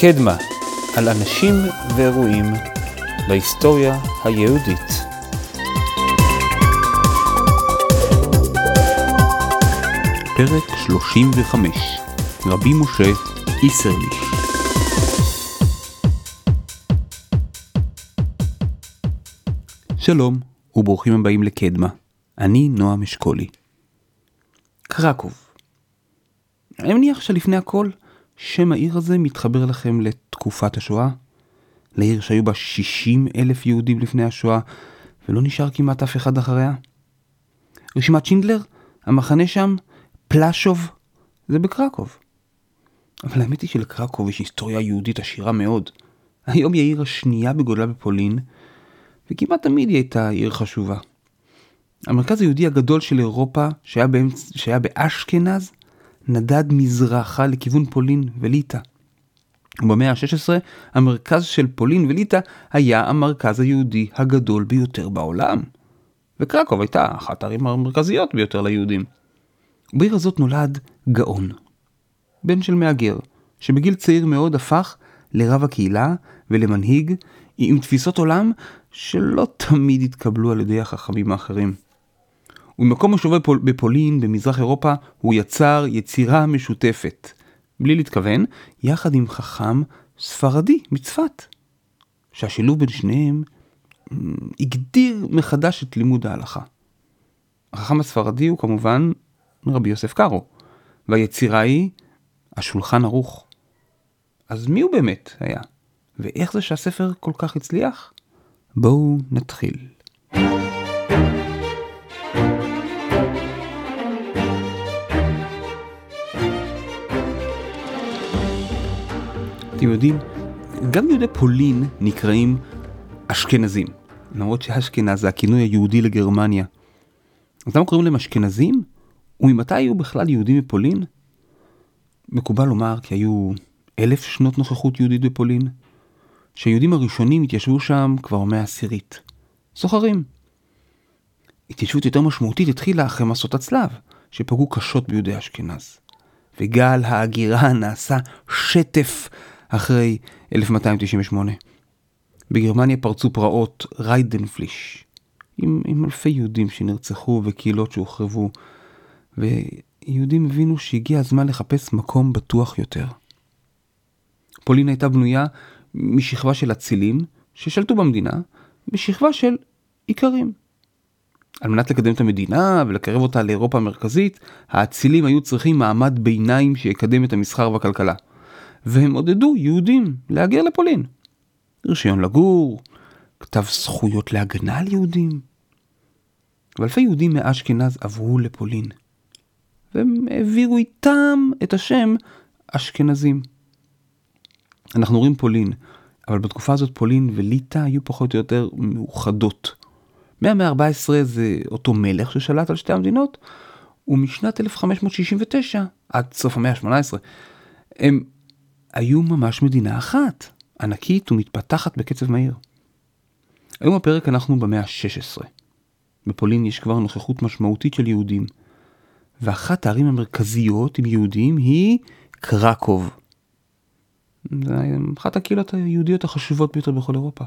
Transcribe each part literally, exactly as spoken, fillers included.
קדמה, על אנשים ואירועים בהיסטוריה היהודית. פרק שלושים וחמש, רבי משה איסרליש. שלום וברוכים הבאים לקדמה, אני נועם אשכולי. קרקוב. אני מניח שלפני הכל, שם העיר הזה מתחבר לכם לתקופת השואה, לעיר שהיו בה שישים אלף יהודים לפני השואה, ולא נשאר כמעט אף אחד אחריה. רשימת שינדלר, המחנה שם, פלשוב, זה בקרקוב. אבל האמת היא שלקרקוב יש היסטוריה יהודית עשירה מאוד. היום היא העיר השנייה בגודלה בפולין, וכמעט תמיד היא הייתה עיר חשובה. המרכז היהודי הגדול של אירופה, שהיה, באמצ... שהיה באשכנז, נדד מזרחה לכיוון פולין וליטא. ובמאה ה-שש עשרה, המרכז של פולין וליטא היה המרכז היהודי הגדול ביותר בעולם. וקרקוב הייתה אחת הערים המרכזיות ביותר ליהודים. בעיר הזאת נולד גאון, בן של מהגר, שבגיל צעיר מאוד הפך לרב הקהילה ולמנהיג עם תפיסות עולם שלא תמיד התקבלו על ידי החכמים האחרים. ובמקום מושבו בפולין, במזרח אירופה, הוא יצר יצירה משותפת, בלי להתכוון, יחד עם חכם ספרדי מצפת, שהשילוב בין שניהם הגדיר מחדש את לימוד ההלכה. החכם הספרדי הוא כמובן רבי יוסף קארו, והיצירה היא השולחן ערוך. אז מי הוא באמת היה? ואיך זה שהספר כל כך הצליח? בואו נתחיל. אתם יודעים, גם יהודי פולין נקראים אשכנזים, למרות שאשכנז זה הכינוי היהודי לגרמניה. אז למה קוראים להם אשכנזים? וממתי היו בכלל יהודים בפולין? מקובל לומר כי היו אלף שנות נוכחות יהודית בפולין, שהיהודים הראשונים התיישבו שם כבר במאה העשירית. סוחרים. התיישבות יותר משמעותית התחילה אחרי מסעות הצלב, שפגעו קשות ביהודי אשכנז. וגל ההגירה נעשה שטף אחרי אלף מאתיים תשעים ושמונה. בגרמניה פרצו פרעות ריידנפליש, עם, עם אלפי יהודים שנרצחו וקהילות שהוחרבו, ויהודים הבינו שהגיע הזמן לחפש מקום בטוח יותר. פולין הייתה בנויה משכבה של אצילים ששלטו במדינה, בשכבה של עיקרים. על מנת לקדם את המדינה ולקרב אותה לאירופה המרכזית, האצילים היו צריכים מעמד ביניים שיקדם את המסחר והכלכלה. והם עודדו יהודים להגר לפולין. רישיון לגור, כתב זכויות להגנה על יהודים. ואלפי יהודים מאשכנז עברו לפולין. והם העבירו איתם את השם אשכנזים. אנחנו רואים פולין, אבל בתקופה הזאת פולין וליטא היו פחות או יותר מאוחדות. מהמאה ה-ארבע עשרה זה אותו מלך ששלט על שתי המדינות, ומשנת אלף חמש מאות שישים ותשע עד סוף המאה ה-שמונה עשרה הם היו ממש מדינה אחת, ענקית ומתפתחת בקצב מהיר. היום הפרק אנחנו במאה ה-שש עשרה. בפולין יש כבר נוכחות משמעותית של יהודים, ואחת הערים המרכזיות עם יהודים היא קרקוב. זו אחת הקהילות היהודיות החשובות ביותר בכל אירופה.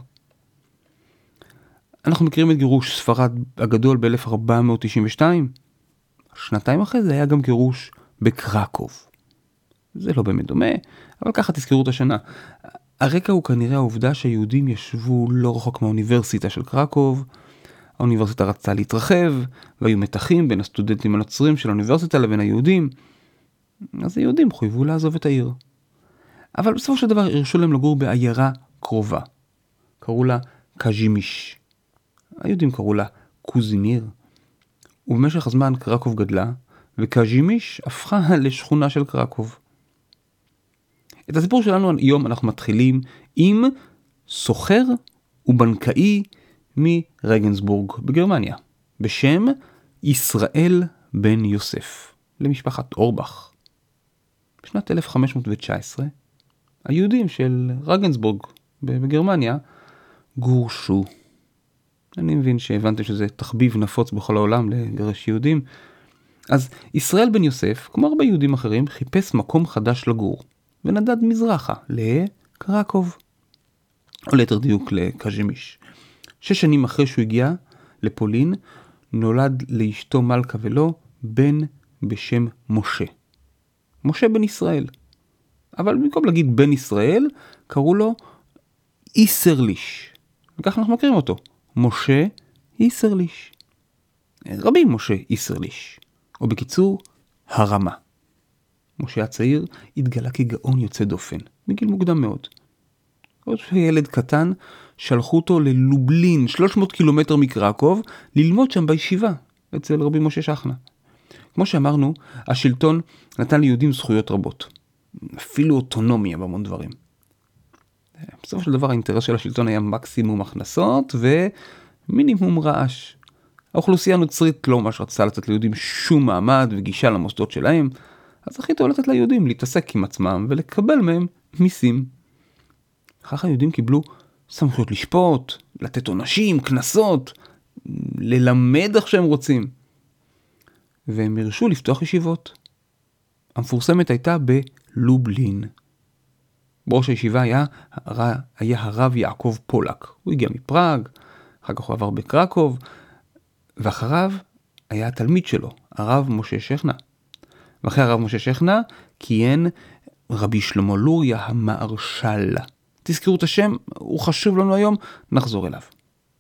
אנחנו מכירים את גירוש ספרד הגדול ב-אלף ארבע מאות תשעים ושתיים. שנתיים אחרי זה היה גם גירוש בקרקוב. זה לא באמת דומה, אבל ככה תזכרו את השנה. הרקע הוא כנראה העובדה שהיהודים ישבו לא רחוק מהאוניברסיטה של קרקוב. האוניברסיטה רצתה להתרחב, והיו מתחים בין הסטודנטים הנוצרים של האוניברסיטה לבין היהודים. אז היהודים חויבו לעזוב את העיר. אבל בסופו של דבר הרשו להם לגור בעיירה קרובה. קראו לה קז'ימיש. היהודים קראו לה קוזימיר. ובמשך הזמן קרקוב גדלה, וקז'ימיש הפכה לשכונה של קרקוב. את הסיפור שלנו היום אנחנו מתחילים עם סוחר ובנקאי מרגנסבורג בגרמניה, בשם ישראל בן יוסף, למשפחת אורבך. בשנת אלף חמש מאות תשע עשרה, היהודים של רגנסבורג בגרמניה גורשו. אני מבין שהבנתם שזה תחביב נפוץ בכל העולם לגרש יהודים. אז ישראל בן יוסף, כמו הרבה יהודים אחרים, חיפש מקום חדש לגור, ונדד מזרחה, לקרקוב, או ליתר דיוק לקז'מיש. שש שנים אחרי שהוא הגיע לפולין, נולד לאשתו מלכה ולו בן בשם משה. משה בן ישראל. אבל במקום להגיד בן ישראל, קראו לו איסרליש. וכך אנחנו מכירים אותו. משה איסרליש. רבי משה איסרליש. או בקיצור, הרמה. משה הצעיר התגלה כגאון יוצא דופן, מגיל מוקדם מאוד. עוד שילד קטן, שלחו אותו ללובלין, שלוש מאות קילומטר מקרקוב, ללמוד שם בישיבה, אצל רבי משה שכנא. כמו שאמרנו, השלטון נתן ליהודים זכויות רבות. אפילו אוטונומיה בהמון דברים. בסופו של דבר האינטרס של השלטון היה מקסימום הכנסות ומינימום רעש. האוכלוסייה הנוצרית לא ממש רצתה לתת ליהודים שום מעמד וגישה למוסדות שלהם, אז הכי טוב לתת ליהודים להתעסק עם עצמם ולקבל מהם מיסים. כך היהודים קיבלו סמכויות לשפוט, לתת עונשים, כנסות, ללמד איך שהם רוצים. והם הרשו לפתוח ישיבות. המפורסמת הייתה בלובלין. בראש הישיבה היה, היה הרב יעקב פולק. הוא הגיע מפראג, אחר כך הוא עבר בקרקוב, ואחריו היה התלמיד שלו, הרב משה שכנא. ואחרי הרב משה שכנא כיהן רבי שלמה לוריה המהרש"ל. תזכרו את השם, הוא חשוב לנו היום, נחזור אליו.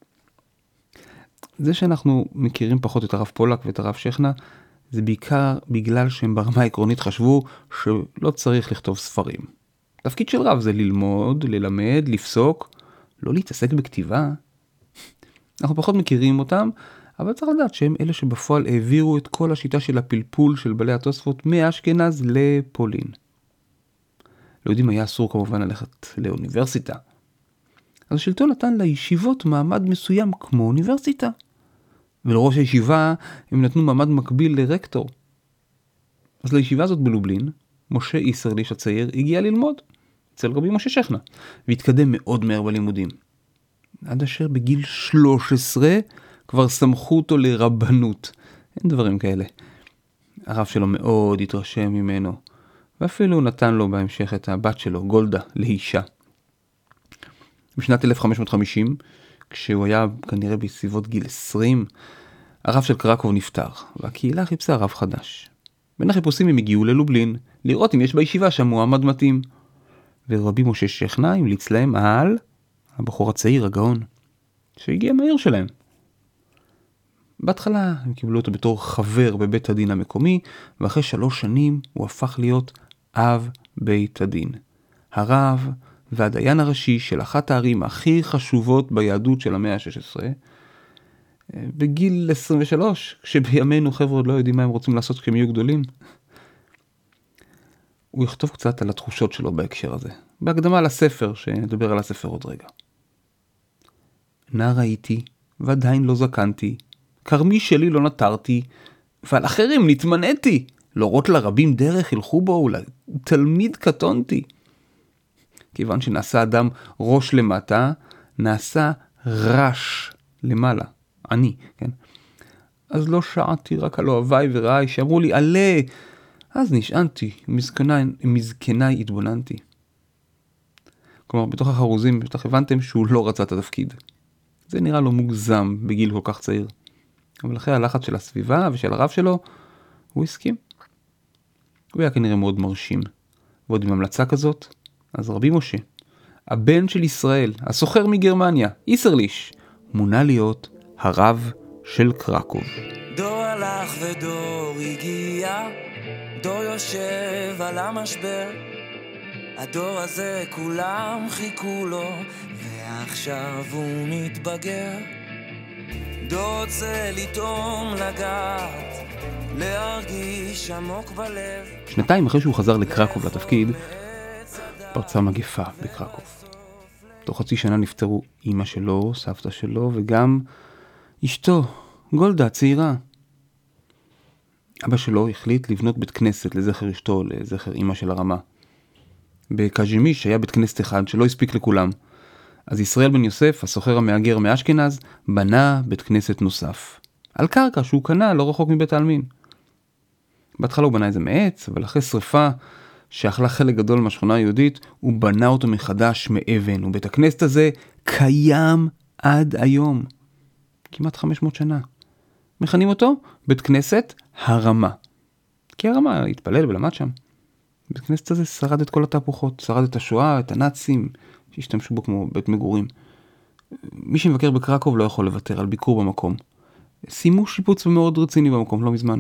זה שאנחנו מכירים פחות את הרב פולק ואת הרב שכנא, זה בעיקר בגלל שהם ברמה העקרונית חשבו שלא צריך לכתוב ספרים. תפקיד של רב זה ללמוד, ללמד, לפסוק, לא להתעסק בכתיבה. אנחנו פחות מכירים אותם, אבל צריך לדעת שהם אלה שבפועל העבירו את כל השיטה של הפלפול של בעלי התוספות מאשכנז לפולין. ליהודים היה אסור כמובן ללכת לאוניברסיטה. אז השלטון נתן לישיבות מעמד מסוים כמו אוניברסיטה. ולראש הישיבה הם נתנו מעמד מקביל לרקטור. אז לישיבה הזאת בלובלין, משה איסרליש הצעיר הגיע ללמוד אצל רבי משה שכנא, והתקדם מאוד מהר בלימודים. עד אשר בגיל שלוש עשרה כבר סמכו אותו לרבנות. אין דברים כאלה. הרב שלו מאוד התרשם ממנו, ואפילו נתן לו בהמשך את הבת שלו, גולדה, לאישה. בשנת אלף חמש מאות וחמישים, כשהוא היה כנראה בסביבות גיל עשרים, הרב של קרקוב נפטר, והקהילה חיפשה רב חדש. בין החיפושים הם הגיעו ללובלין, לראות אם יש בישיבה שם מועמד מתאים. ורבי משה שכנא המליץ להם על הבחור הצעיר, הגאון, שהגיע מהעיר שלהם. בהתחלה הם קיבלו אותו בתור חבר בבית הדין המקומי, ואחרי שלוש שנים הוא הפך להיות אב בית הדין. הרב והדיין הראשי של אחת הערים הכי חשובות ביהדות של המאה ה-שש עשרה, בגיל עשרים ושלוש, כשבימינו חבר'ה עוד לא יודעים מה הם רוצים לעשות כשהם יהיו גדולים. הוא יכתוב קצת על התחושות שלו בהקשר הזה, בהקדמה לספר, שנדבר על הספר עוד רגע. נער הייתי, ועדיין לא זקנתי, כרמי שלי לא נטרתי, ועל אחרים נתמנתי, להורות לרבים דרך ילכו בו, ולתלמיד קטונתי. כיוון שנעשה אדם ראש למטה, נעשה רש למעלה, אני, כן? אז לא שעתי רק על אוהביי ורעי, שאמרו לי, עלה, אז נשענתי, מזקני, מזקני התבוננתי. כלומר, בתוך החרוזים, בטח הבנתם שהוא לא רצה את התפקיד. זה נראה לו מוגזם בגיל כל כך צעיר. אבל אחרי הלחץ של הסביבה ושל הרב שלו, הוא הסכים. הוא היה כנראה מאוד מרשים. ועוד עם המלצה כזאת, אז רבי משה, הבן של ישראל, הסוחר מגרמניה, איסרליש, מונה להיות הרב של קרקוב. דור הלך ודור הגיע, דור יושב על המשבר, הדור הזה כולם חיכו לו, ועכשיו הוא מתבגר. דור רוצה לטעום לגעת, להרגיש עמוק בלב. שנתיים אחרי שהוא חזר לקרקוב לתפקיד, פרצה מגפה בקרקוב. תוך חצי שנה נפטרו אמא שלו, סבתא שלו, וגם אשתו, גולדה, הצעירה. אבא שלו החליט לבנות בית כנסת לזכר אשתו, לזכר אמא של הרמה. בקז'מיש היה בית כנסת אחד שלא הספיק לכולם. אז ישראל בן יוסף, הסוחר המהגר מאשכנז, בנה בית כנסת נוסף. על קרקע שהוא קנה לא רחוק מבית העלמין. בהתחלה הוא בנה איזה מעץ, אבל אחרי שריפה שאכלה חלק גדול מהשכונה היהודית, הוא בנה אותו מחדש מאבן, ובית הכנסת הזה קיים עד היום. כמעט חמש מאות שנה. מכנים אותו בית כנסת הרמה. כי הרמה התפלל ולמד שם. בית כנסת הזה שרד את כל התהפוכות, שרד את השואה, את הנאצים, שהשתמשו בו כמו בית מגורים. מי שמבקר בקרקוב לא יכול לוותר על ביקור במקום. סיימו שיפוץ מאוד רציני במקום, לא מזמן.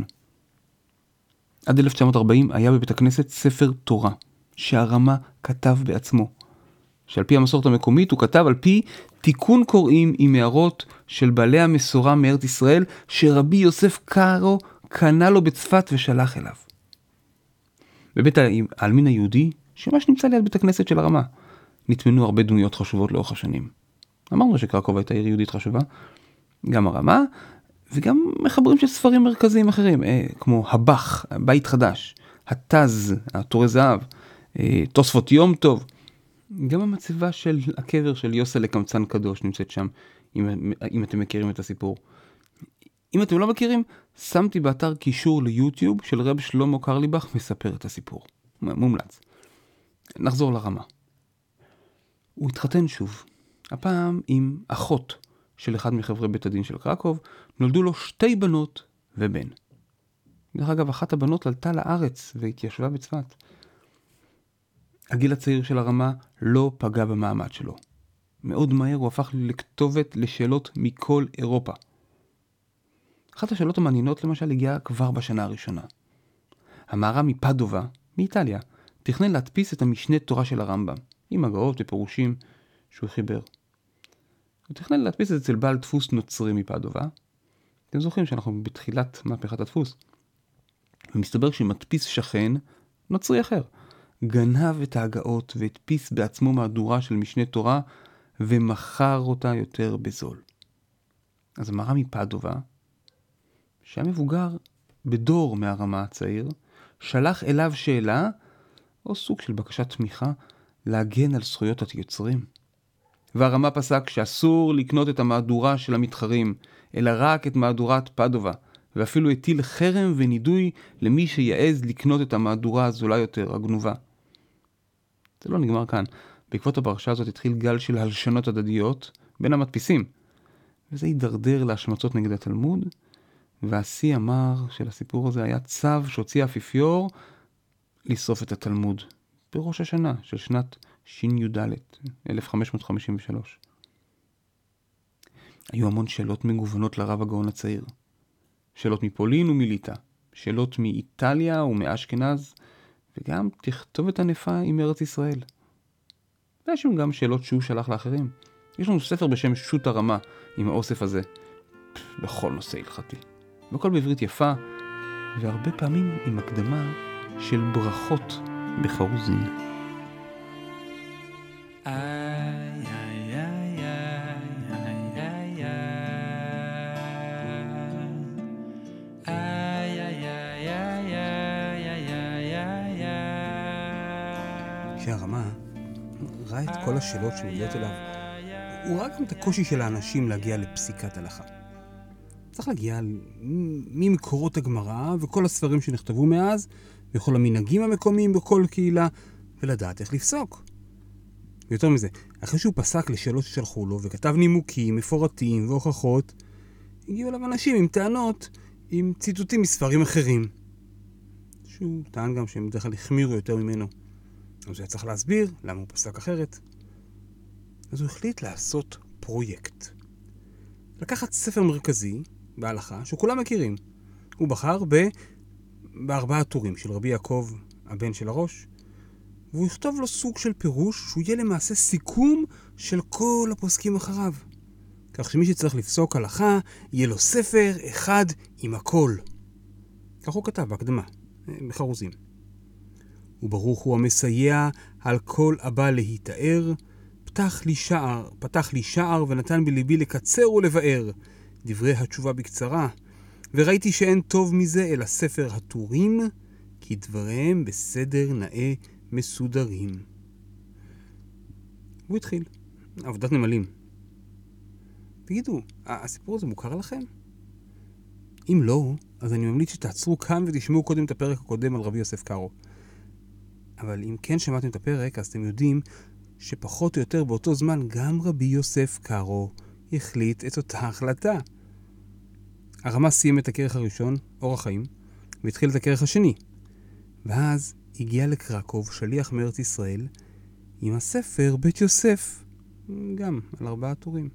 עד אלף תשע מאות ארבעים היה בבית הכנסת ספר תורה, שהרמה כתב בעצמו. שעל פי המסורת המקומית הוא כתב על פי תיקון קוראים עם הערות של בעלי המסורה מארץ ישראל, שרבי יוסף קארו קנה לו בצפת ושלח אליו. בבית העלמין היהודי, שממש נמצא ליד בית הכנסת של הרמה, נטמנו הרבה דמויות חשובות לאורך השנים. אמרנו שקרקוב הייתה עיר יהודית חשובה, גם הרמה, וגם מחברים של ספרים מרכזיים אחרים, אה, כמו הבח, בית חדש, התז, התורי זהב, אה, תוספות יום טוב, גם המצבה של הקבר של יוסל לקמצן קדוש נמצאת שם, אם, אם אתם מכירים את הסיפור. אם אתם לא מכירים, שמתי באתר קישור ליוטיוב של רב שלמה קרליבך מספר את הסיפור. מומלץ. נחזור לרמה. הוא התחתן שוב, הפעם עם אחות של אחד מחברי בית הדין של קרקוב, נולדו לו שתי בנות ובן. דרך אגב, אחת הבנות עלתה לארץ והתיישבה בצפת. הגיל הצעיר של הרמה לא פגע במעמד שלו. מאוד מהר הוא הפך לכתובת לשאלות מכל אירופה. אחת השאלות המעניינות למשל הגיעה כבר בשנה הראשונה. המהר"ם מפדובה, מאיטליה, תכנן להדפיס את המשנה תורה של הרמב"ם, עם הגאות ופירושים שהוא חיבר. הוא תכנן להדפיס את זה אצל בעל דפוס נוצרי מפדובה. אתם זוכרים שאנחנו בתחילת מהפכת הדפוס. ומסתבר שמדפיס שכן, נוצרי אחר, גנב את ההגאות והדפיס בעצמו מהדורה של משנה תורה, ומכר אותה יותר בזול. אז המהר"ם מפדובה, שהיה מבוגר בדור מהרמה הצעיר, שלח אליו שאלה, או סוג של בקשת תמיכה, להגן על זכויות היוצרים. והרמה פסק שאסור לקנות את המהדורה של המתחרים, אלא רק את מהדורת פדובה, ואפילו הטיל חרם ונידוי למי שיעז לקנות את המהדורה הזולה יותר, הגנובה. זה לא נגמר כאן. בעקבות הפרשה הזאת התחיל גל של הלשנות הדדיות בין המדפיסים, וזה הידרדר להשמצות נגד התלמוד, והשיא המר של הסיפור הזה היה צו שהוציא האפיפיור לשרוף את התלמוד, בראש השנה של שנת שי"ד, אלף חמש מאות חמישים ושלוש. היו המון שאלות מגוונות לרב הגאון הצעיר. שאלות מפולין ומליטא, שאלות מאיטליה ומאשכנז, וגם תכתובת ענפה עם ארץ ישראל. ויש לנו גם שאלות שהוא שלח לאחרים. יש לנו ספר בשם שו"ת הרמה עם האוסף הזה, בכל נושא הלכתי. והכל בעברית יפה, והרבה פעמים עם הקדמה של ברכות בחרוזים. כשהרמה ראה את כל השאלות שמגיעות אליו, הוא ראה גם את הקושי של האנשים להגיע לפסיקת הלכה. צריך להגיע ממקורות הגמרא וכל הספרים שנכתבו מאז, וכל המנהגים המקומיים בכל קהילה, ולדעת איך לפסוק. ויותר מזה, אחרי שהוא פסק לשאלות ששלחו לו, וכתב נימוקים, מפורטים והוכחות, הגיעו אליו אנשים עם טענות, עם ציטוטים מספרים אחרים. שהוא טען גם שהם בדרך כלל החמירו יותר ממנו. אז הוא היה צריך להסביר למה הוא פסק אחרת. אז הוא החליט לעשות פרויקט. לקחת ספר מרכזי בהלכה שכולם מכירים. הוא בחר ב... בארבעה טורים של רבי יעקב, הבן של הראש, והוא יכתוב לו סוג של פירוש שהוא יהיה למעשה סיכום של כל הפוסקים אחריו. כך שמי שצריך לפסוק הלכה, יהיה לו ספר אחד עם הכל. כך הוא כתב בהקדמה, בחרוזים. וברוך הוא המסייע על כל הבא להתאר, פתח לי שער, פתח לי שער ונתן בליבי לקצר ולבאר, דברי התשובה בקצרה, וראיתי שאין טוב מזה אלא ספר הטורים, כי דבריהם בסדר נאה מסודרים. הוא התחיל, עבודת נמלים. תגידו, הסיפור הזה מוכר לכם? אם לא, אז אני ממליץ שתעצרו כאן ותשמעו קודם את הפרק הקודם על רבי יוסף קארו. אבל אם כן שמעתם את הפרק, אז אתם יודעים שפחות או יותר באותו זמן גם רבי יוסף קארו החליט את אותה החלטה. הרמה סיים את הכרך הראשון, אור החיים, והתחיל את הכרך השני. ואז הגיע לקרקוב שליח מארץ ישראל עם הספר בית יוסף, גם על ארבעה טורים.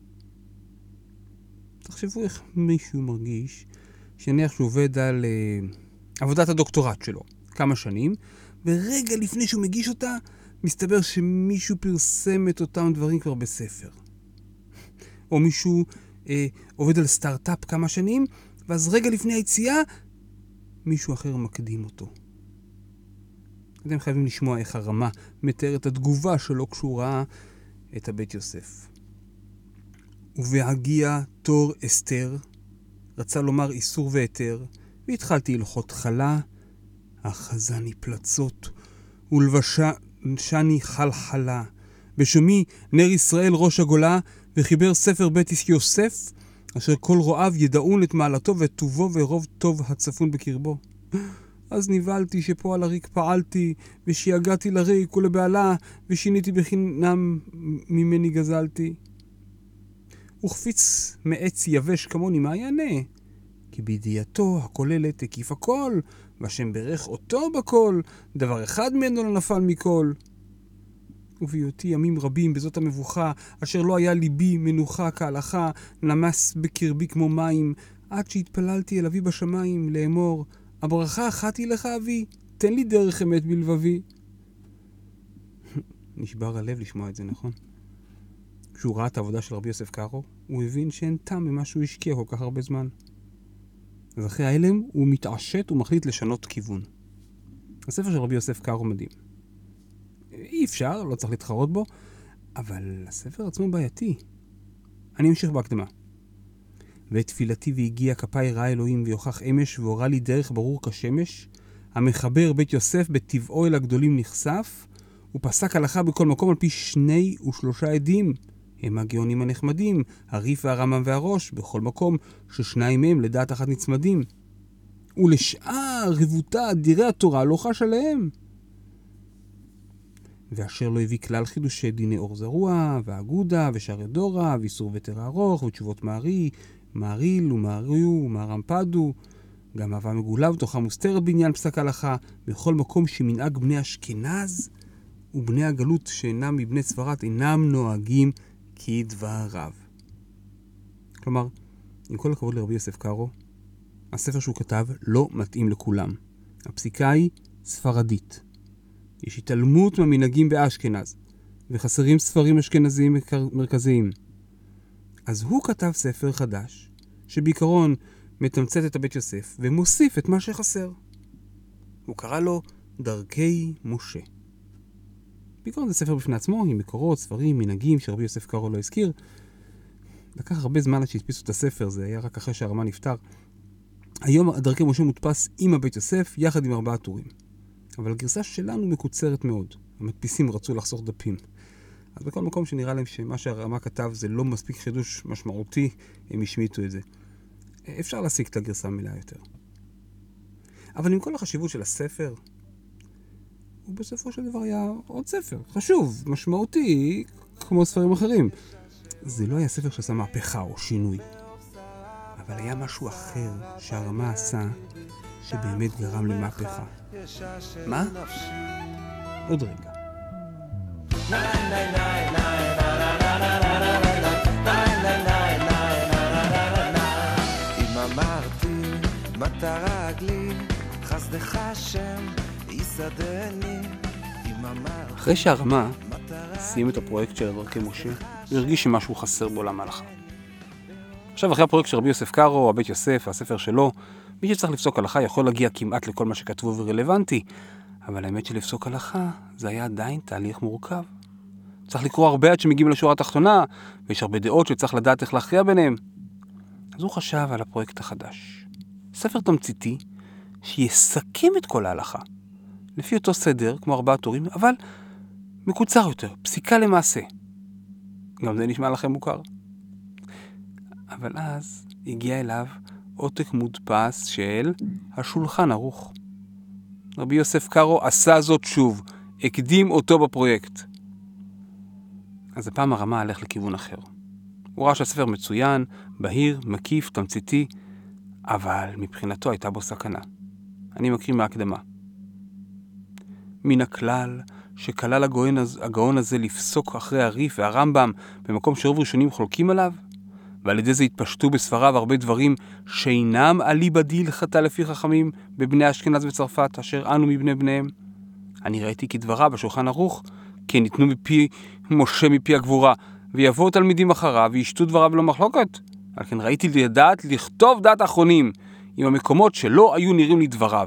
תחשבו איך מישהו מרגיש שנניח שהוא עובד על uh, עבודת הדוקטורט שלו כמה שנים, ורגע לפני שהוא מגיש אותה, מסתבר שמישהו פרסם את אותם דברים כבר בספר. או מישהו אה, עובד על סטארט-אפ כמה שנים, ואז רגע לפני היציאה, מישהו אחר מקדים אותו. אתם חייבים לשמוע איך הרמה מתאר את התגובה שלו כשהוא ראה את הבית יוסף. ובהגיע תור אסתר, רצה לומר איסור והיתר, והתחלתי הלכות חלה, אחזני פלצות, ולבשני חלחלה. בשומי נר ישראל ראש הגולה, וחיבר ספר בית יוסף, אשר כל רואיו ידעון את מעלתו ואת טובו ורוב טוב הצפון בקרבו. אז נבלתי שפה על הריק פעלתי, ושיגעתי לריק ולבעלה, ושיניתי בחינם ממני גזלתי. וחפיץ מעץ יבש כמוני מה יענה? כי בידיעתו הכוללת הקיף הכל, והשם ברך אותו בכל, דבר אחד ממנו לא נפל מכל. ובהיותי ימים רבים בזאת המבוכה, אשר לא היה ליבי מנוחה כהלכה, נמס בקרבי כמו מים, עד שהתפללתי אל אבי בשמיים, לאמור, הברכה אחת היא לך אבי, תן לי דרך אמת בלבבי. נשבר הלב לשמוע את זה, נכון? כשהוא ראה את העבודה של רבי יוסף קארו, הוא הבין שאין טעם ממה שהוא השקיע כל כך הרבה זמן. אז אחרי ההלם הוא מתעשת ומחליט לשנות כיוון. הספר של רבי יוסף קארו מדהים. אי אפשר, לא צריך להתחרות בו, אבל הספר עצמו בעייתי. אני אמשיך בהקדמה. ואת תפילתי והגיע כפיי ראה אלוהים ויוכח אמש והורה לי דרך ברור כשמש, המחבר בית יוסף בטבעו אל הגדולים נחשף, ופסק הלכה בכל מקום על פי שני ושלושה עדים. הם הגאונים הנחמדים, הריף והרמב"ם והראש, בכל מקום ששניים מהם לדעת אחת נצמדים. ולשאר רבותה אדירי התורה לא חש עליהם. ואשר לא הביא כלל חידושי דיני אור זרוע, והאגודה, ושערי דורה, ואיסור ותר הארוך, ותשובות מערי, מעריל ומעריו ומערמפדו, גם אהבה מגולה ותוכה מוסתרת בעניין פסק הלכה, בכל מקום שמנהג בני אשכנז, ובני הגלות שאינם מבני ספרד אינם נוהגים כדבריו. כלומר, עם כל הכבוד לרבי יוסף קארו, הספר שהוא כתב לא מתאים לכולם. הפסיקה היא ספרדית. יש התעלמות מהמנהגים באשכנז, וחסרים ספרים אשכנזיים מרכזיים. אז הוא כתב ספר חדש, שבעיקרון מתמצת את הבית יוסף, ומוסיף את מה שחסר. הוא קרא לו דרכי משה. בעיקרון זה ספר בפני עצמו, עם מקורות, ספרים, מנהגים שרבי יוסף קארו לא הזכיר. לקח הרבה זמן עד שהדפיסו את הספר, זה היה רק אחרי שהרמה נפטר. היום דרכי משה מודפס עם הבית יוסף, יחד עם ארבעה טורים. אבל הגרסה שלנו מקוצרת מאוד. המדפיסים רצו לחסוך דפים. אז בכל מקום שנראה להם שמה שהרמה כתב זה לא מספיק חידוש משמעותי, הם השמיטו את זה. אפשר להשיג את הגרסה המלאה יותר. אבל עם כל החשיבות של הספר, הוא בסופו של דבר היה עוד ספר. חשוב, משמעותי, כמו ספרים אחרים. זה לא היה ספר שעשה מהפכה או שינוי. אבל היה משהו אחר שהרמה עשה שבאמת גרם למהפכה. מה? עוד רגע. אם אמרתי מטרה רגלי חסדך השם יסדני. אחרי שהרמה סיים את הפרויקט של דרכי משה, הוא הרגיש שמשהו חסר בעולם ההלכה. עכשיו אחרי הפרויקט של רבי יוסף קארו, הבית יוסף, הספר שלו, מי שצריך לפסוק הלכה יכול להגיע כמעט לכל מה שכתבו ורלוונטי, אבל האמת שלפסוק הלכה זה היה עדיין תהליך מורכב. צריך לקרוא הרבה עד שמגיעים לשורה התחתונה, ויש הרבה דעות שצריך לדעת איך להכריע ביניהם. אז הוא חשב על הפרויקט החדש. ספר תמציתי שיסכם את כל ההלכה, לפי אותו סדר, כמו ארבעה טורים, אבל מקוצר יותר, פסיקה למעשה. גם זה נשמע לכם מוכר. אבל אז הגיע אליו עותק מודפס של השולחן ערוך. רבי יוסף קארו עשה זאת שוב, הקדים אותו בפרויקט. אז הפעם הרמה הלך לכיוון אחר. הוא ראה שהספר מצוין, בהיר, מקיף, תמציתי, אבל מבחינתו הייתה בו סכנה. אני מקריא מההקדמה. מן הכלל שכלל הגאון, הגאון הזה לפסוק אחרי הריף והרמב"ם במקום שרוב ראשונים חולקים עליו, ועל ידי זה התפשטו בספריו הרבה דברים שאינם אליבא דהלכתא לפי חכמים בבני אשכנז וצרפת, אשר אנו מבני בניהם. אני ראיתי כדבריו בשולחן ערוך, כי ניתנו מפי משה מפי הגבורה, ויבואו תלמידים אחריו וישתו דבריו לא מחלוקת. על כן ראיתי לדעת לכתוב דעת האחרונים עם המקומות שלא היו נראים לדבריו.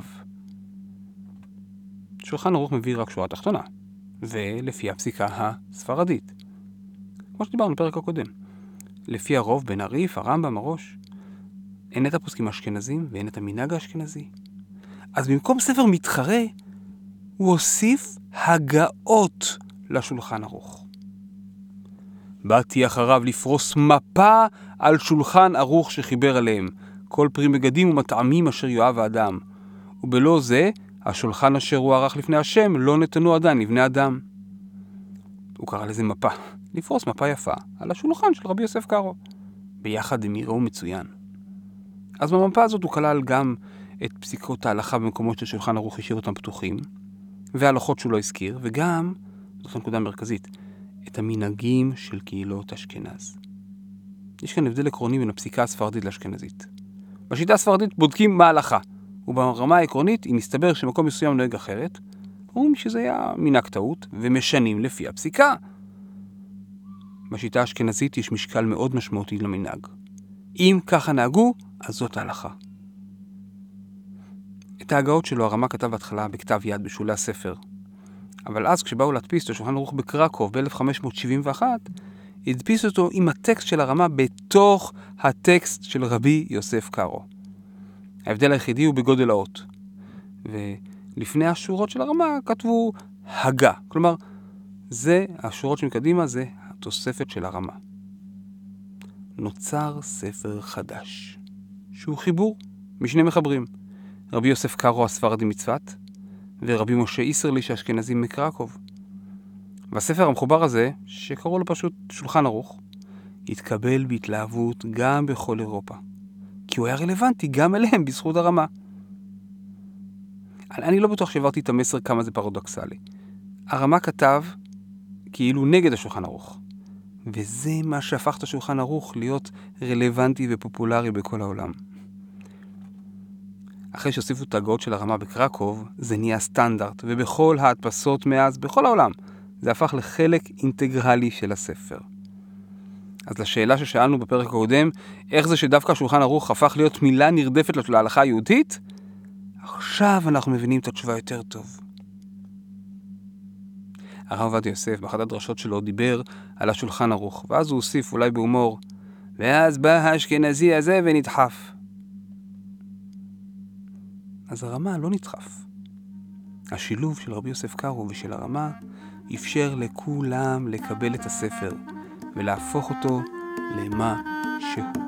שולחן ערוך מביא רק שורה תחתונה, ולפי הפסיקה הספרדית. כמו שדיברנו בפרק הקודם. לפי הרוב בין הריף, הרמב"ם, הראש, אין את הפוסקים האשכנזים ואין את המנהג האשכנזי. אז במקום ספר מתחרה, הוא הוסיף הגאות לשולחן ערוך. באתי אחריו לפרוס מפה על שולחן ערוך שחיבר עליהם, כל פרי מגדים ומטעמים אשר יואב האדם. ובלא זה, השולחן אשר הוא ערך לפני השם לא נתנו עדיין לבני אדם. הוא קרא לזה מפה, לפרוס מפה יפה על השולחן של רבי יוסף קארו, ביחד עם יראו מצוין. אז במפה הזאת הוא כלל גם את פסיקות ההלכה במקומות של שולחן ערוך השאיר אותם פתוחים, וההלכות שהוא לא הזכיר, וגם, זאת הנקודה המרכזית, את המנהגים של קהילות אשכנז. יש כאן הבדל עקרוני בין הפסיקה הספרדית לאשכנזית. בשיטה הספרדית בודקים מה ההלכה, וברמה העקרונית, אם מסתבר שמקום מסוים נוהג אחרת, אומרים שזה היה מנהג טעות, ומשנים לפי הפסיקה. בשיטה האשכנזית יש משקל מאוד משמעותי למנהג. אם ככה נהגו, אז זאת ההלכה. את ההגאות שלו הרמה כתב בהתחלה בכתב יד בשולי הספר. אבל אז כשבאו להדפיס את השולחן ערוך בקרקוב ב-אלף חמש מאות שבעים ואחת, הדפיס אותו עם הטקסט של הרמה בתוך הטקסט של רבי יוסף קארו. ההבדל היחידי הוא בגודל האות. ולפני השורות של הרמה כתבו הגה. כלומר, זה, השורות שמקדימה זה התוספת של הרמה. נוצר ספר חדש, שהוא חיבור משני מחברים. רבי יוסף קארו הספרדי מצפת, ורבי משה איסרליש האשכנזי מקרקוב. והספר המחובר הזה, שקראו לו פשוט שולחן ערוך, התקבל בהתלהבות גם בכל אירופה. כי הוא היה רלוונטי גם אליהם בזכות הרמה. אני לא בטוח שהעברתי את המסר כמה זה פרדוקסלי. הרמה כתב כאילו נגד השולחן ערוך. וזה מה שהפך את השולחן ערוך להיות רלוונטי ופופולרי בכל העולם. אחרי שהוסיפו את ההגאות של הרמה בקרקוב, זה נהיה סטנדרט, ובכל ההדפסות מאז, בכל העולם, זה הפך לחלק אינטגרלי של הספר. אז לשאלה ששאלנו בפרק הקודם, איך זה שדווקא השולחן ערוך הפך להיות מילה נרדפת להלכה היהודית? עכשיו אנחנו מבינים את התשובה יותר טוב. הרב עובדיה יוסף, באחת הדרשות שלו, דיבר על השולחן ערוך, ואז הוא הוסיף אולי בהומור, ואז בא האשכנזי הזה ונדחף. אז הרמה לא נדחף. השילוב של רבי יוסף קארו ושל הרמה אפשר לכולם לקבל את הספר ולהפוך אותו למה שהוא.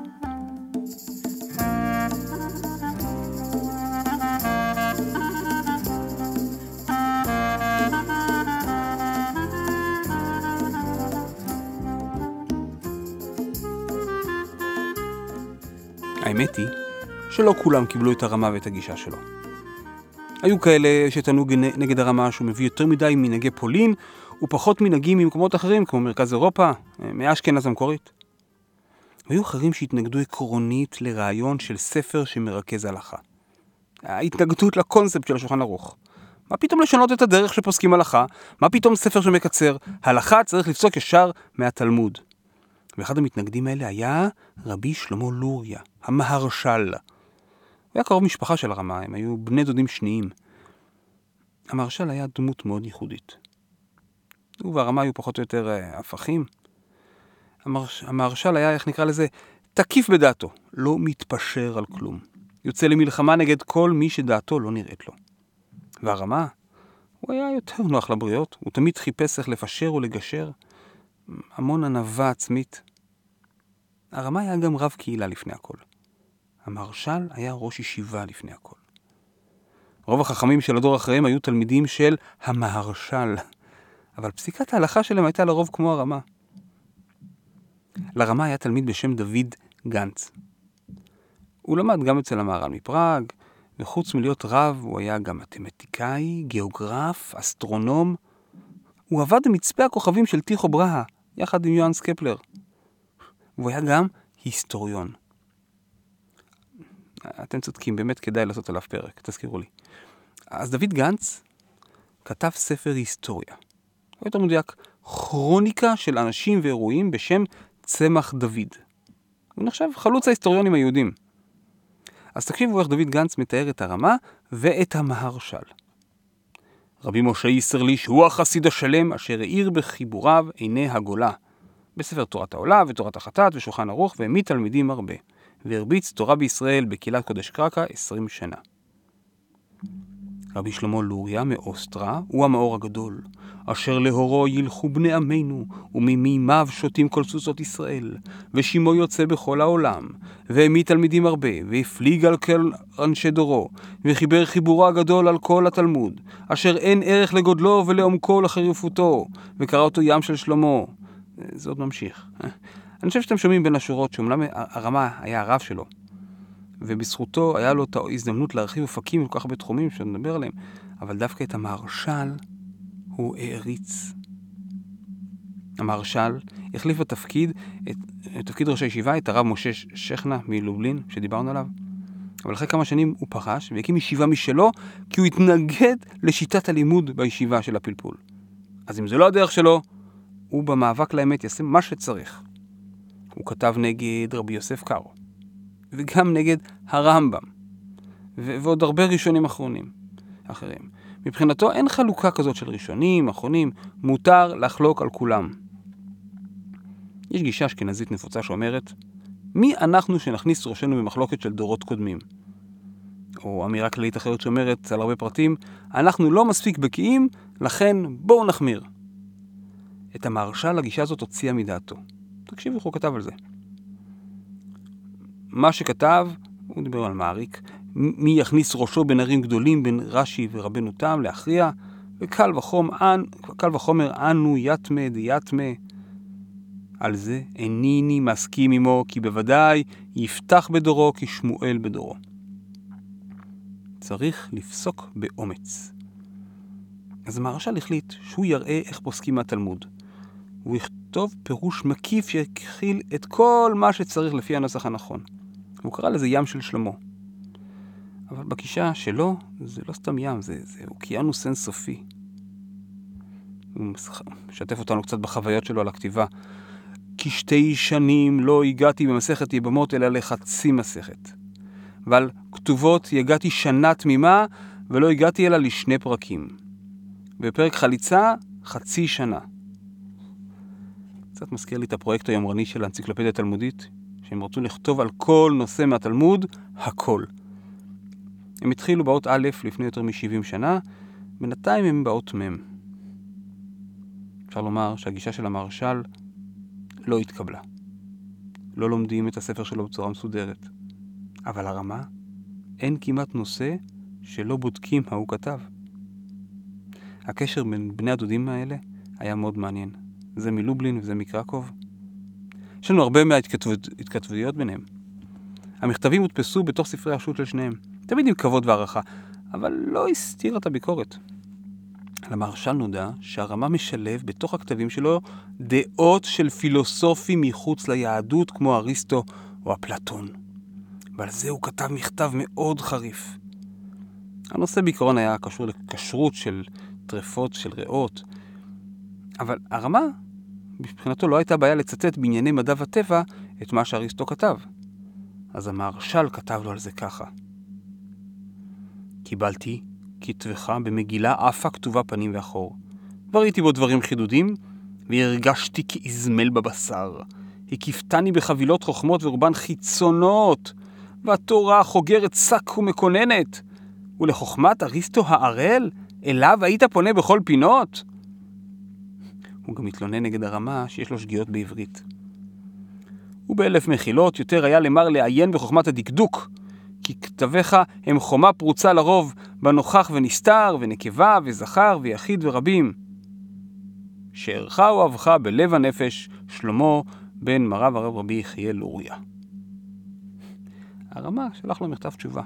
האמת היא שלא כולם קיבלו את הרמה ואת הגישה שלו. היו כאלה שטענו נגד הרמה שהוא מביא יותר מדי מנהגי פולין ופחות מנהגים ממקומות אחרים כמו מרכז אירופה, מאשכנז המקורית. והיו אחרים שהתנגדו עקרונית לרעיון של ספר שמרכז הלכה. ההתנגדות לקונספט של השולחן ערוך. מה פתאום לשנות את הדרך שפוסקים הלכה? מה פתאום ספר שמקצר? הלכה צריך לפסוק ישר מהתלמוד. ואחד המתנגדים האלה היה רבי שלמה לוריה, המהרש"ל. הוא היה קרוב משפחה של הרמה, הם היו בני דודים שניים. המהרש"ל היה דמות מאוד ייחודית. הוא והרמה היו פחות או יותר אה, הפכים. המהרש... המהרש"ל היה, איך נקרא לזה, תקיף בדעתו, לא מתפשר על כלום. יוצא למלחמה נגד כל מי שדעתו לא נראית לו. והרמה, הוא היה יותר נוח לבריות, הוא תמיד חיפש איך לפשר ולגשר, המון ענווה עצמית. הרמה היה גם רב קהילה לפני הכל. המהרש"ל היה ראש ישיבה לפני הכל. רוב החכמים של הדור אחריהם היו תלמידים של המהרש"ל, אבל פסיקת ההלכה שלהם הייתה לרוב כמו הרמה. לרמה היה תלמיד בשם דוד גנץ. הוא למד גם אצל המהר"ל מפראג, וחוץ מלהיות רב, הוא היה גם מתמטיקאי, גיאוגרף, אסטרונום. הוא עבד במצפה הכוכבים של טיחו בראה, יחד עם יוהנס קפלר. והוא היה גם היסטוריון. אתם צודקים, באמת כדאי לעשות עליו פרק, תזכירו לי. אז דוד גנץ כתב ספר היסטוריה. הוא יותר מדויק, כרוניקה של אנשים ואירועים בשם צמח דוד. הוא נחשב חלוץ ההיסטוריונים היהודים. אז תקשיבו איך דוד גנץ מתאר את הרמה ואת המהרש"ל. רבי משה איסרליש הוא החסיד השלם אשר העיר בחיבוריו עיני הגולה. בספר תורת העולה ותורת החטאת ושולחן ערוך והעמיד תלמידים הרבה. והרביץ תורה בישראל בקהילת קודש קרקע עשרים שנה. רבי שלמה לוריה מאוסטרה הוא המאור הגדול, אשר להורו ילכו בני עמנו, וממימיו שותים כל סוסות ישראל, ושימו יוצא בכל העולם, והעמיד תלמידים הרבה, והפליג על כל אנשי דורו, וחיבר חיבורו הגדול על כל התלמוד, אשר אין ערך לגודלו ולעומקו לחריפותו, וקרא אותו ים של שלמה. זה עוד ממשיך. אני חושב שאתם שומעים בין השורות שאומנם הרמה היה הרב שלו, ובזכותו היה לו את ההזדמנות להרחיב אופקים כל כך הרבה תחומים שנדבר עליהם, אבל דווקא את המהרש"ל הוא העריץ. המהרש"ל החליף בתפקיד, את, את תפקיד ראש הישיבה, את הרב משה שכנה מלובלין, שדיברנו עליו. אבל אחרי כמה שנים הוא פרש והקים ישיבה משלו, כי הוא התנגד לשיטת הלימוד בישיבה של הפלפול. אז אם זה לא הדרך שלו, הוא במאבק לאמת יעשה מה שצריך. הוא כתב נגד רבי יוסף קארו, וגם נגד הרמב"ם, ו- ועוד הרבה ראשונים אחרונים, אחרים. מבחינתו אין חלוקה כזאת של ראשונים, אחרונים, מותר לחלוק על כולם. יש גישה אשכנזית נפוצה שאומרת, מי אנחנו שנכניס ראשנו במחלוקת של דורות קודמים? או אמירה כללית אחרת שאומרת על הרבה פרטים, אנחנו לא מספיק בקיאים, לכן בואו נחמיר. את המהרש"ל הגישה הזאת הוציאה מדעתו. תקשיבו איך הוא כתב על זה. מה שכתב, הוא דיבר על מעריק, מי יכניס ראשו בין ערים גדולים, בין רש"י ורבנו תם להכריע, וקל וחום, אנ, קל וחומר אנו יתמה דיתמה. על זה איניני מסכים עמו, כי בוודאי יפתח בדורו כשמואל בדורו. צריך לפסוק באומץ. אז המהרש"ל החליט שהוא יראה איך פוסקים מהתלמוד. הוא יכתוב פירוש מקיף שיכיל את כל מה שצריך לפי הנוסח הנכון. הוא קרא לזה ים של שלמה. אבל בגישה שלו זה לא סתם ים, זה, זה אוקיינוס אינסופי. הוא משתף אותנו קצת בחוויות שלו על הכתיבה. כשתי שנים לא הגעתי במסכת יבמות אלא לחצי מסכת. ועל כתובות הגעתי שנה תמימה ולא הגעתי אלא לשני פרקים. בפרק חליצה חצי שנה. קצת מזכיר לי את הפרויקט היומרני של האנציקלופדיה התלמודית, שהם רצו לכתוב על כל נושא מהתלמוד, הכל. הם התחילו באות א' לפני יותר מ-שבעים שנה, בינתיים הם באות מ'. אפשר לומר שהגישה של המהרש"ל לא התקבלה. לא לומדים את הספר שלו בצורה מסודרת. אבל הרמה, אין כמעט נושא שלא בודקים מה הוא כתב. הקשר בין בני הדודים האלה היה מאוד מעניין. זה מלובלין וזה מקרקוב. יש לנו הרבה מההתכתבויות ביניהם. המכתבים הודפסו בתוך ספרי השו"ת של שניהם. תמיד עם כבוד והערכה, אבל לא הסתיר את הביקורת. למהרש"ל נודע שהרמה משלב בתוך הכתבים שלו דעות של פילוסופים מחוץ ליהדות כמו אריסטו או אפלטון. ועל זה הוא כתב מכתב מאוד חריף. הנושא בעיקרון היה קשור לקשרות של טרפות של ריאות, אבל הרמה, מבחינתו לא הייתה בעיה לצטט בענייני מדע וטבע את מה שאריסטו כתב. אז המהרש"ל כתב לו על זה ככה. קיבלתי כתבך במגילה אפה כתובה פנים ואחור. וראיתי בו דברים חידודים, והרגשתי כאזמל בבשר. הקיפתני בחבילות חוכמות ורובן חיצונות, והתורה חוגרת שק ומקוננת. ולחוכמת אריסטו הערל, אליו היית פונה בכל פינות? הוא גם מתלונן נגד הרמה שיש לו שגיאות בעברית. ובאלף מחילות יותר היה למר לעיין בחוכמת הדקדוק, כי כתביך הם חומה פרוצה לרוב, בנוכח ונסתר, ונקבה וזכר ויחיד ורבים. שערך אוהבך בלב הנפש, שלמה בן מרב הרב רבי יחיאל אוריה. הרמ"א שלח לו מכתב תשובה.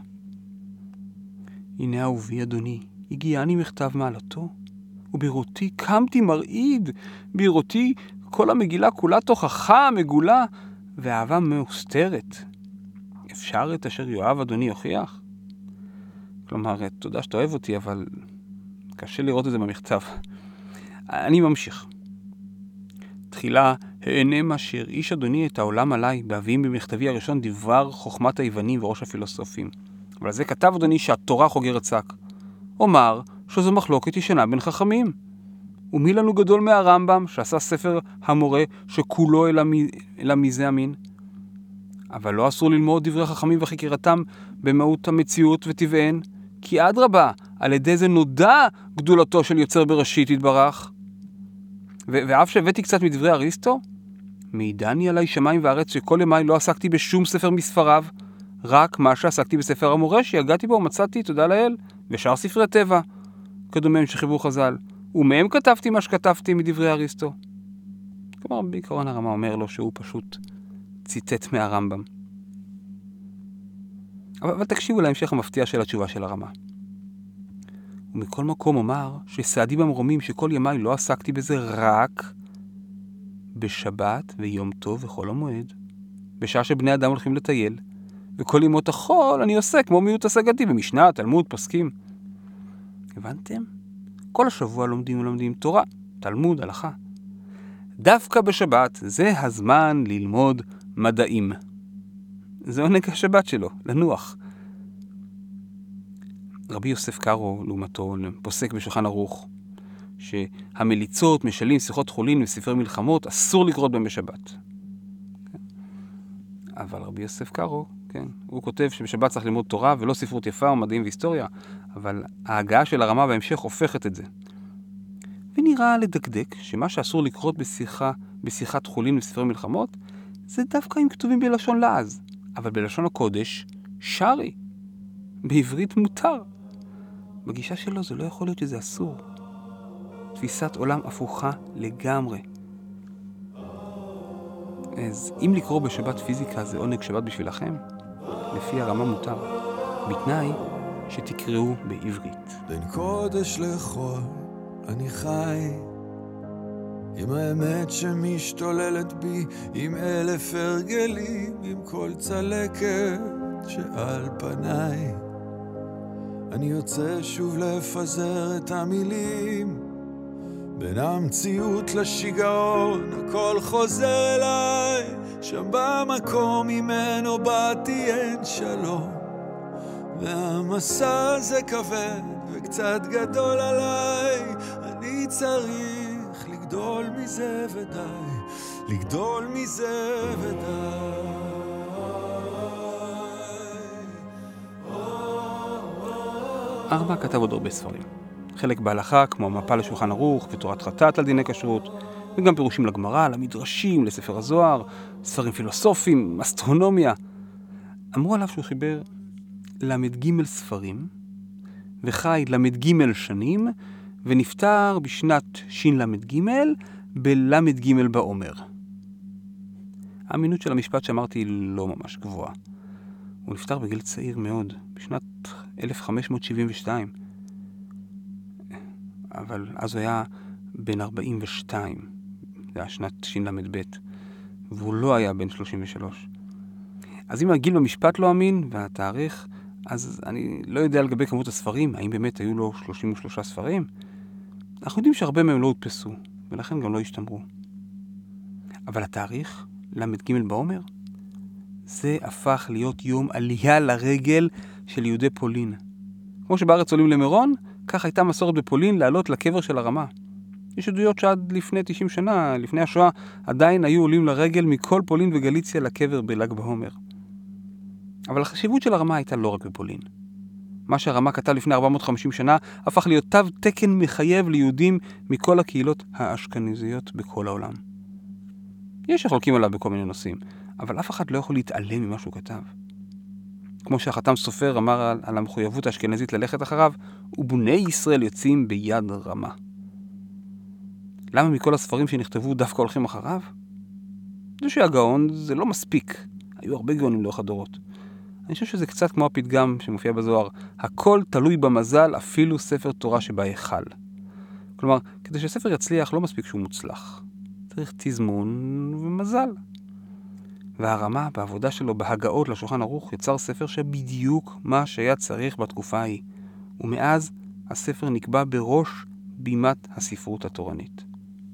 הנה אהובי אדוני, הגיעני מכתב מעלתו, ובראותי קמתי מרעיד, בראותי כל המגילה כולה תוכחה מגולה, ואהבה מאוסתרת. אפשר את אשר יואב אדוני יוכיח? כלומר, תודה שאתה אוהב אותי, אבל קשה לראות את זה במכתב. אני ממשיך. תחילה, הענם אשר איש אדוני את העולם עליי, בהביאים במכתבי הראשון דבר חוכמת היוונים וראש הפילוסופים. אבל על זה כתב אדוני שהתורה חוגרת שק. אומר שזו מחלוקת ישנה בין חכמים. ומי לנו גדול מהרמב"ם, שעשה ספר המורה שכולו אלא מזה המין? אבל לא אסור ללמוד דברי חכמים וחקירתם במהות המציאות וטבעיהן, כי אדרבה, על ידי זה נודע גדולתו של יוצר בראשית יתברך. ו- ואף שהבאתי קצת מדברי אריסטו, מעידני עליי שמיים וארץ שכל ימיי לא עסקתי בשום ספר מספריו, רק מה שעסקתי בספר המורה שיגעתי בו ומצאתי, תודה לאל, ושאר ספרי טבע, כדומה שחיברו חז"ל, ומהם כתבתי מה שכתבתי מדברי אריסטו. כלומר, בעיקרון הרמ"א אומר לו שהוא פשוט ציטט מהרמב"ם. אבל, אבל תקשיבו להמשך המפתיע של התשובה של הרמ"א. ומכל מקום אומר שסעדי במרומים שכל ימיי לא עסקתי בזה רק בשבת ויום טוב וחול המועד, בשעה שבני אדם הולכים לטייל, וכל ימות החול אני עושה כמו מיעוט השגתי במשנה, תלמוד, פוסקים. הבנתם? כל השבוע לומדים ולומדים תורה, תלמוד, הלכה. דווקא בשבת זה הזמן ללמוד מדעים. זה עונג השבת שלו, לנוח. רבי יוסף קארו, לעומתו, פוסק בשולחן ערוך, שהמליצות, משלים, שיחות חולין וספרי מלחמות אסור לקרות בהם בשבת. אבל רבי יוסף קארו, כן, הוא כותב שבשבת צריך ללמוד תורה ולא ספרות יפה או מדעים והיסטוריה, אבל ההגעה של הרמ"א בהמשך הופכת את זה. ונראה לדקדק שמה שאסור לקרות בשיחה, בשיחת חולין וספרי מלחמות, זה דווקא אם כתובים בלשון לעז, אבל בלשון הקודש, שרי. בעברית מותר. בגישה שלו זה לא יכול להיות שזה אסור. תפיסת עולם הפוכה לגמרי. אז אם לקרוא בשבת פיזיקה זה עונג שבת בשבילכם, לפי הרמ"א מותר, בתנאי שתקראו בעברית. בין קודש לחול אני חי, עם האמת שמשתוללת בי, עם אלף הרגלים, עם כל צלקת שעל פניי. אני יוצא שוב לפזר את המילים, בין המציאות לשיגעון הכל חוזר אליי, שם במקום ממנו באתי אין שלום, והמסע הזה כבד וקצת גדול עליי, אני צריך לגדול מזה ודי, לגדול מזה ודי. הרמ"א כתב עוד הרבה ספרים. חלק בהלכה, כמו המפה לשולחן ערוך ותורת חטאת על דיני כשרות, וגם פירושים לגמרא, למדרשים, לספר הזוהר, ספרים פילוסופיים, אסטרונומיה. אמרו עליו שהוא חיבר למד ג' ספרים, וחי למד ג' שנים, ונפטר בשנת שין למד ג' בלמד ג' בעומר. האמינות של המשפט שאמרתי היא לא ממש גבוהה. הוא נפטר בגיל צעיר מאוד, בשנת אלף חמש מאות שבעים ושתיים. אבל אז הוא היה בן ארבעים ושתיים, זה היה שנת שין למד ב', והוא לא היה בן שלושים ושלוש. אז אם הגיל במשפט לא אמין, והתאריך, אז אני לא יודע לגבי כמות הספרים, האם באמת היו לו שלושים ושלושה ספרים? אנחנו יודעים שהרבה מהם לא הודפסו, ולכן גם לא השתמרו. אבל התאריך, למד ג' בעומר, זה הפך להיות יום עלייה לרגל של יהודי פולין. כמו שבארץ עולים למירון, כך הייתה מסורת בפולין לעלות לקבר של הרמ"א. יש עדויות שעד לפני תשעים שנה, לפני השואה, עדיין היו עולים לרגל מכל פולין וגליציה לקבר בל"ג בעומר. אבל החשיבות של הרמ"א הייתה לא רק בפולין. מה שהרמ"א כתב לפני ארבע מאות וחמישים שנה, הפך להיות תו תקן מחייב ליהודים מכל הקהילות האשכנזיות בכל העולם. יש שחולקים עליו בכל מיני נושאים, אבל אף אחד לא יכול להתעלם ממה שהוא כתב. כמו שהחתם סופר אמר על, על המחויבות האשכנזית ללכת אחריו, ובני ישראל יוצאים ביד רמה. למה מכל הספרים שנכתבו דווקא הולכים אחריו? זה שהגאון זה לא מספיק. היו הרבה גאונים לאורך הדורות. אני חושב שזה קצת כמו הפתגם שמופיע בזוהר, הכל תלוי במזל, אפילו ספר תורה שבהיכל. כלומר, כדי שספר יצליח לא מספיק שהוא מוצלח. צריך תזמון ומזל. והרמה בעבודה שלו בהגאות לשולחן ערוך יצר ספר שבדיוק מה שהיה צריך בתקופה ההיא. ומאז הספר נקבע בראש בימת הספרות התורנית.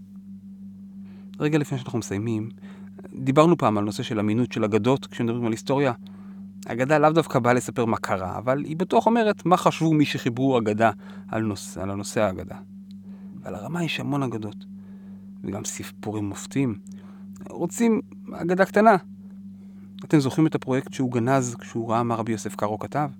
רגע לפני שאנחנו מסיימים, דיברנו פעם על נושא של אמינות של אגדות כשמדברים על היסטוריה. אגדה לאו דווקא באה לספר מה קרה, אבל היא בטוח אומרת מה חשבו מי שחיברו אגדה על, נושא, על הנושא האגדה. ועל הרמה יש המון אגדות, וגם סיפורים מופתים. רוצים אגדה קטנה. אתם זוכרים את הפרויקט שהוא גנז כשהוא ראה מה רבי יוסף קארו כתב?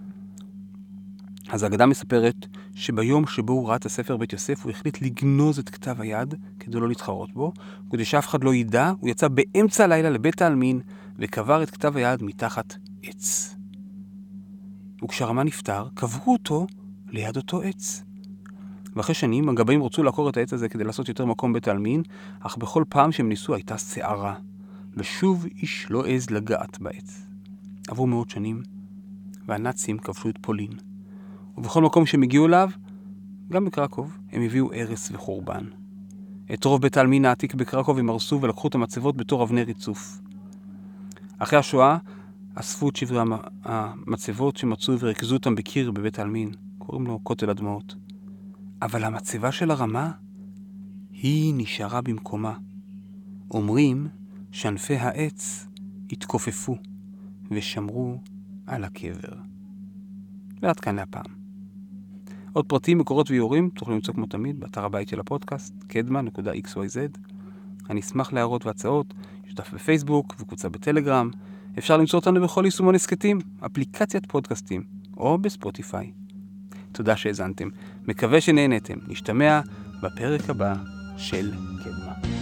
אז האגדה מספרת שביום שבו הוא ראה את הספר בית יוסף, הוא החליט לגנוז את כתב היד כדי לא להתחרות בו, כדי שאף אחד לא ידע, הוא יצא באמצע הלילה לבית העלמין וקבר את כתב היד מתחת עץ. וכשהרמה נפטר, קברו אותו ליד אותו עץ. ואחרי שנים הגבאים רצו לעקור את העץ הזה כדי לעשות יותר מקום בית העלמין, אך בכל פעם שהם ניסו הייתה שערה, ושוב איש לא עז לגעת בעץ. עברו מאות שנים, והנאצים כבשו את פולין. ובכל מקום שהם הגיעו אליו, גם בקרקוב, הם הביאו הרס וחורבן. את רוב בית העלמין העתיק בקרקוב הם הרסו ולקחו את המצבות בתור אבני ריצוף. אחרי השואה, אספו את שברי המצבות שמצאו ורכזו אותם בקיר בבית העלמין. קוראים לו כותל הדמעות. אבל המצבה של הרמה, היא נשארה במקומה. אומרים שענפי העץ התכופפו ושמרו על הקבר. ועד כאן להפעם. עוד פרטים, מקורות ויורים תוכלו למצוא כמו תמיד באתר הבית של הפודקאסט קדמה נקודה אקס וואי זד. אני אשמח להערות והצעות, שותף בפייסבוק וקבוצה בטלגרם. אפשר למצוא אותנו בכל יישומון הסקטים, אפליקציית פודקאסטים או בספוטיפיי. תודה שהאזנתם, מקווה שנהנתם. נשתמע בפרק הבא של קדמה.